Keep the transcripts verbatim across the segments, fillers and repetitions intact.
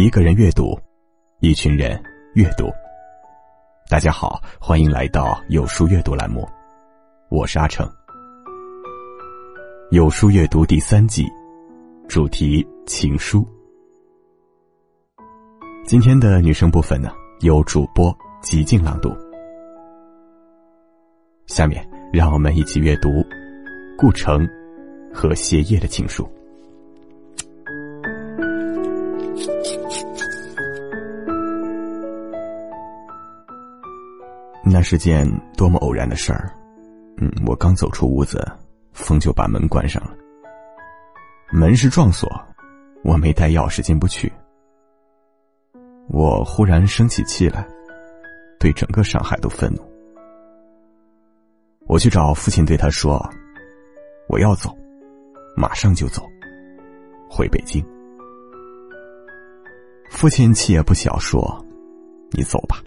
一个人阅读，一群人阅读。大家好，欢迎来到有书阅读栏目，我是阿成。有书阅读第三季，主题情书。今天的女生部分呢，由主播极静朗读。下面让我们一起阅读顾城和谢烨的情书。那是件多么偶然的事儿。嗯，我刚走出屋子，风就把门关上了。门是撞锁，我没带钥匙进不去。我忽然生起气来，对整个上海都愤怒。我去找父亲，对他说，我要走，马上就走，回北京。父亲气也不小，说，你走吧。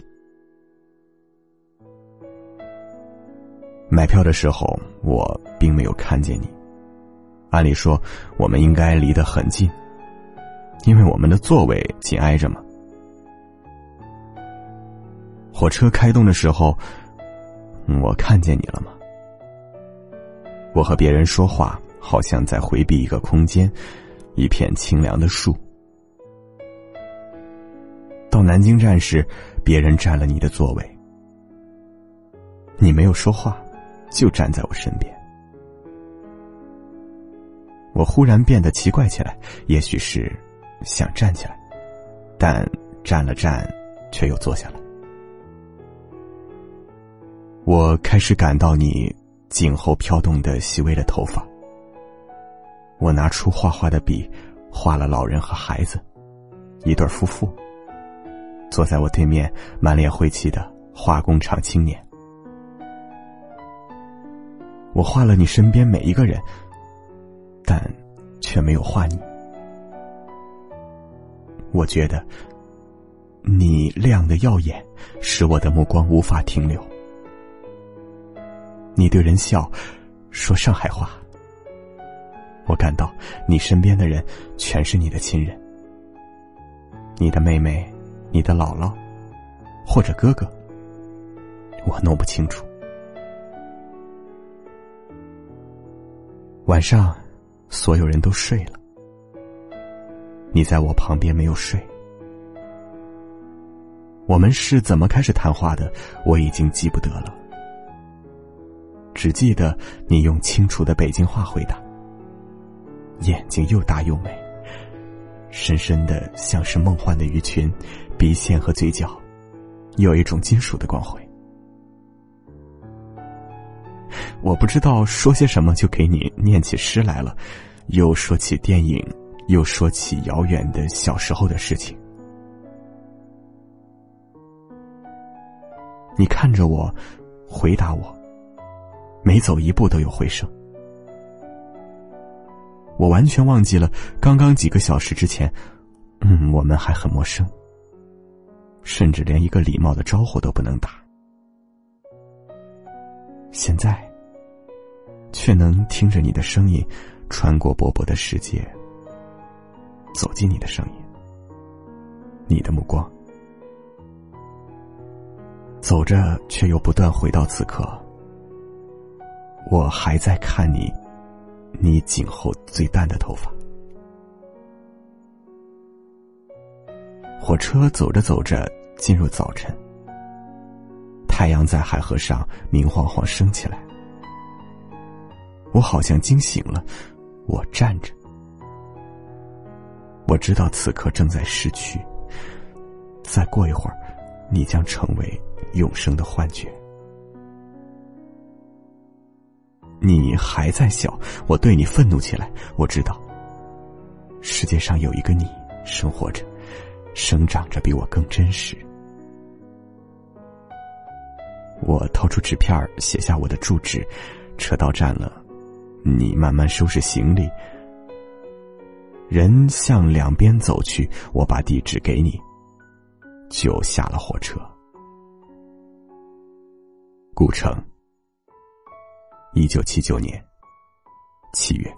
买票的时候，我并没有看见你。按理说，我们应该离得很近，因为我们的座位紧挨着嘛。火车开动的时候，我看见你了吗？我和别人说话，好像在回避一个空间，一片清凉的树。到南京站时，别人占了你的座位，你没有说话，就站在我身边。我忽然变得奇怪起来，也许是想站起来，但站了站，却又坐下来。我开始感到你颈后飘动的细微的头发。我拿出画画的笔，画了老人和孩子，一对夫妇。坐在我对面满脸晦气的化工厂青年。我画了你身边每一个人，但却没有画你。我觉得你亮得耀眼，使我的目光无法停留。你对人笑，说上海话。我感到你身边的人全是你的亲人，你的妹妹，你的姥姥，或者哥哥，我弄不清楚。晚上，所有人都睡了，你在我旁边没有睡。我们是怎么开始谈话的，我已经记不得了，只记得你用清楚的北京话回答，眼睛又大又美，深深的像是梦幻的鱼群，鼻线和嘴角有一种金属的光辉。我不知道说些什么，就给你念起诗来了，又说起电影，又说起遥远的小时候的事情。你看着我，回答我，每走一步都有回声。我完全忘记了刚刚几个小时之前，嗯，我们还很陌生，甚至连一个礼貌的招呼都不能打。现在却能听着你的声音穿过薄薄的世界，走进你的声音，你的目光，走着却又不断回到此刻。我还在看你你颈后最淡的头发。火车走着走着进入早晨，太阳在海河上明晃晃升起来。我好像惊醒了，我站着。我知道此刻正在逝去，再过一会儿，你将成为永生的幻觉。你还在笑，我对你愤怒起来。我知道，世界上有一个你生活着，生长着比我更真实。我掏出纸片写下我的住址，车到站了，你慢慢收拾行李，人向两边走去，我把地址给你，就下了火车。顾城，一九七九年七月。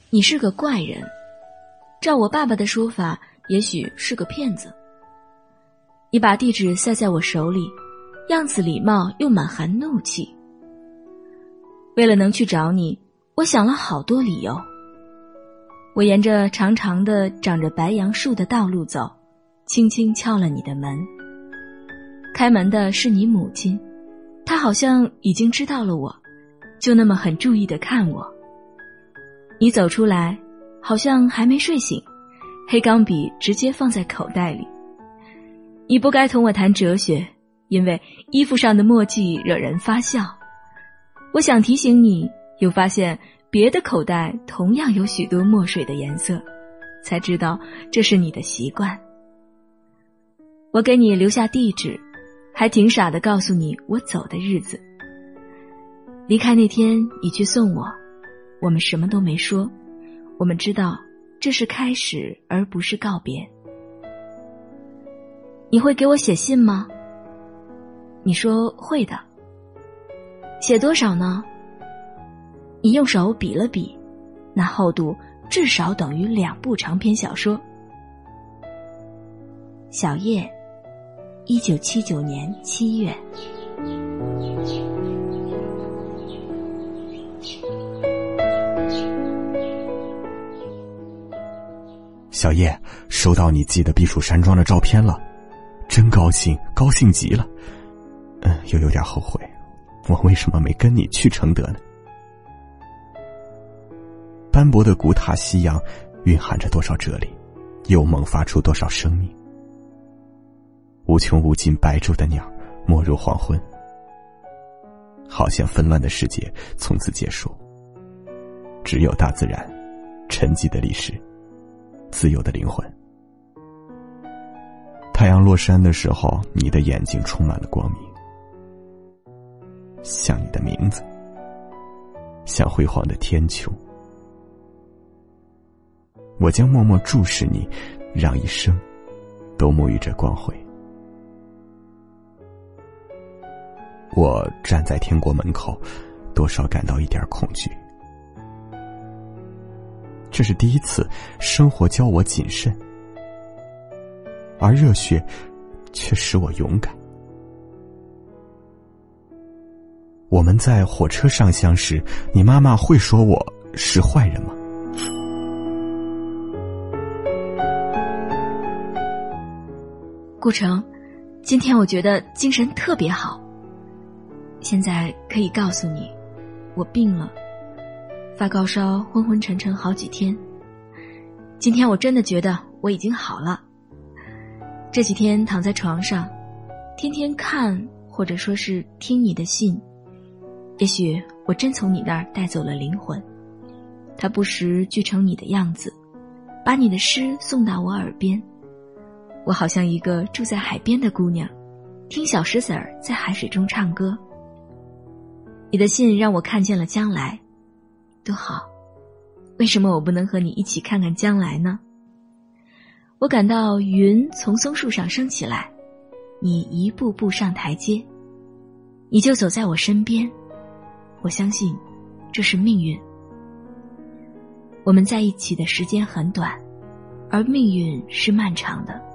你是个怪人，照我爸爸的说法，也许是个骗子。你把地址塞在我手里，样子礼貌又满含怒气。为了能去找你，我想了好多理由。我沿着长长的长着白杨树的道路走，轻轻敲了你的门。开门的是你母亲，她好像已经知道了我，就那么很注意地看我。你走出来，好像还没睡醒，黑钢笔直接放在口袋里。你不该同我谈哲学，因为衣服上的墨迹惹人发笑。我想提醒你，又发现别的口袋同样有许多墨水的颜色，才知道这是你的习惯。我给你留下地址，还挺傻的告诉你我走的日子。离开那天你去送我，我们什么都没说，我们知道这是开始而不是告别。你会给我写信吗？你说会的。写多少呢？你用手比了比，那厚度至少等于两部长篇小说。小叶，一九七九年七月。 小叶，收到你寄的避暑山庄的照片了，真高兴，高兴极了。嗯，又有点后悔，我为什么没跟你去承德呢？斑驳的古塔夕阳蕴含着多少哲理，又迸发出多少生命。无穷无尽白昼的鸟没入黄昏，好像纷乱的世界从此结束，只有大自然沉寂的历史，自由的灵魂。太阳落山的时候，你的眼睛充满了光明，像你的名字，像辉煌的天穹。我将默默注视你，让一生都沐浴着光辉。我站在天国门口，多少感到一点恐惧。这是第一次生活教我谨慎，而热血却使我勇敢。我们在火车上相识，你妈妈会说我是坏人吗？ 顾城，今天我觉得精神特别好。现在可以告诉你，我病了，发高烧，昏昏沉沉好几天。今天我真的觉得我已经好了。这几天躺在床上，天天看或者说是听你的信，也许我真从你那儿带走了灵魂。它不时聚成你的样子，把你的诗送到我耳边。我好像一个住在海边的姑娘，听小石子儿在海水中唱歌。你的信让我看见了将来，多好！为什么我不能和你一起看看将来呢？我感到云从松树上升起来，你一步步上台阶，你就走在我身边。我相信这是命运。我们在一起的时间很短，而命运是漫长的。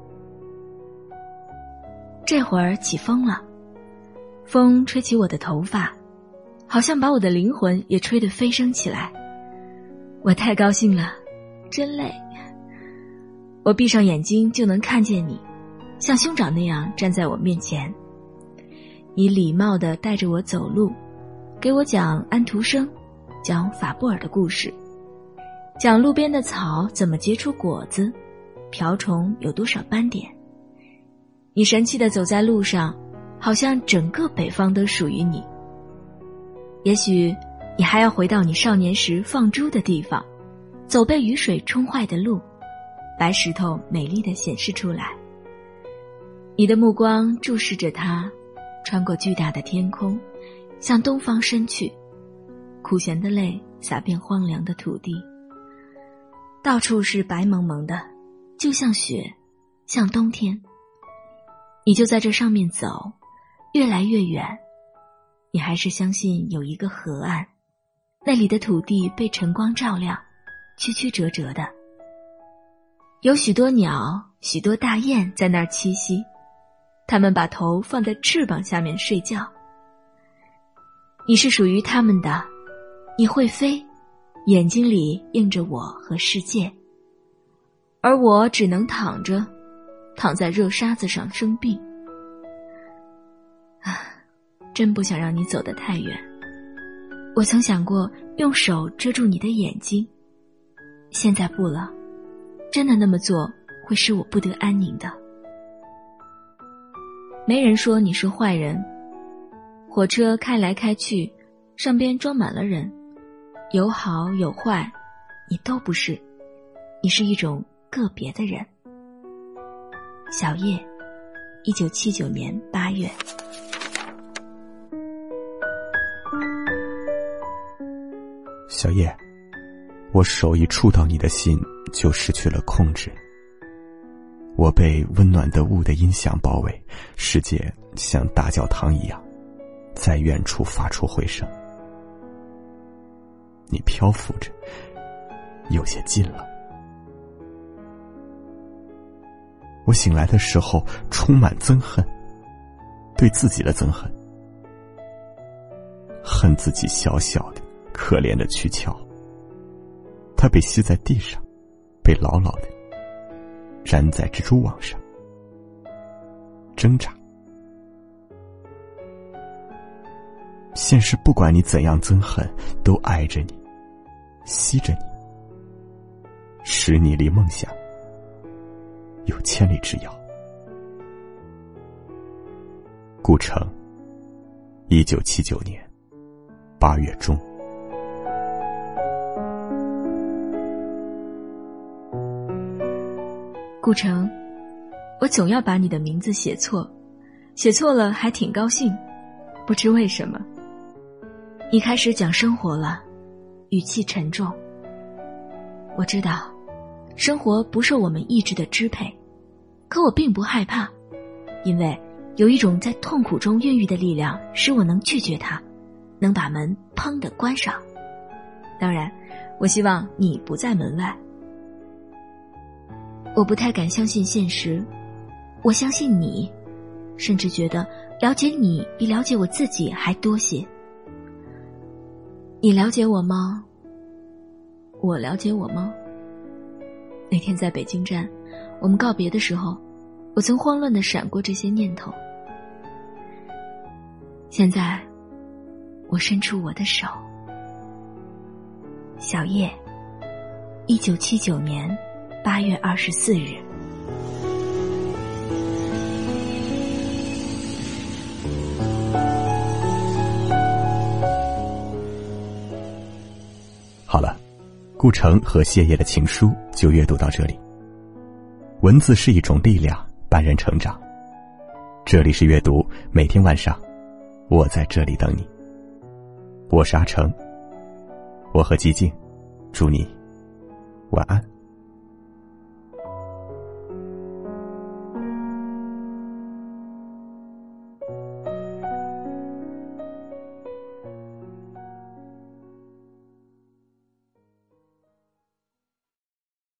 这会儿起风了，风吹起我的头发，好像把我的灵魂也吹得飞升起来。我太高兴了，真累。我闭上眼睛就能看见你，像兄长那样站在我面前。你礼貌地带着我走路，给我讲安徒生，讲法布尔的故事，讲路边的草怎么结出果子，瓢虫有多少斑点。你神气地走在路上，好像整个北方都属于你。也许你还要回到你少年时放猪的地方，走被雨水冲坏的路，白石头美丽地显示出来。你的目光注视着它，穿过巨大的天空，向东方伸去，苦咸的泪洒遍荒凉的土地。到处是白蒙蒙的，就像雪，像冬天。你就在这上面走，越来越远。你还是相信有一个河岸，那里的土地被晨光照亮， 曲曲折折的。有许多鸟，许多大雁在那儿栖息，它们把头放在翅膀下面睡觉。你是属于它们的，你会飞，眼睛里映着我和世界，而我只能躺着，躺在热沙子上生病。啊，真不想让你走得太远。我曾想过用手遮住你的眼睛，现在不了，真的那么做会使我不得安宁的。没人说你是坏人，火车开来开去，上边装满了人，有好有坏，你都不是，你是一种个别的人。小叶，一九七九年八月。 小叶，我手一触到你的心，就失去了控制。我被温暖的雾的音响包围，世界像大教堂一样，在远处发出回声。你漂浮着，有些近了。我醒来的时候充满憎恨，对自己的憎恨，恨自己小小的可怜的躯壳，它被吸在地上，被牢牢的粘在蜘蛛网上，挣扎。现实不管你怎样憎恨，都挨着你，吸着你，使你离梦想有千里之遥。顾城，一九七九年八月中。 顾城，我总要把你的名字写错，写错了还挺高兴，不知为什么。你开始讲生活了，语气沉重。我知道，生活不受我们意志的支配，可我并不害怕，因为有一种在痛苦中孕育的力量，使我能拒绝它，能把门砰地关上。当然，我希望你不在门外。我不太敢相信现实，我相信你，甚至觉得了解你比了解我自己还多些。你了解我吗？我了解我吗？那天在北京站，我们告别的时候，我曾慌乱地闪过这些念头。现在，我伸出我的手。小叶，一九七九年八月二十四日。 好了，顾城和谢烨的情书就阅读到这里。文字是一种力量，伴人成长。这里是阅读，每天晚上，我在这里等你。我是阿成，我和寂静，祝你晚安。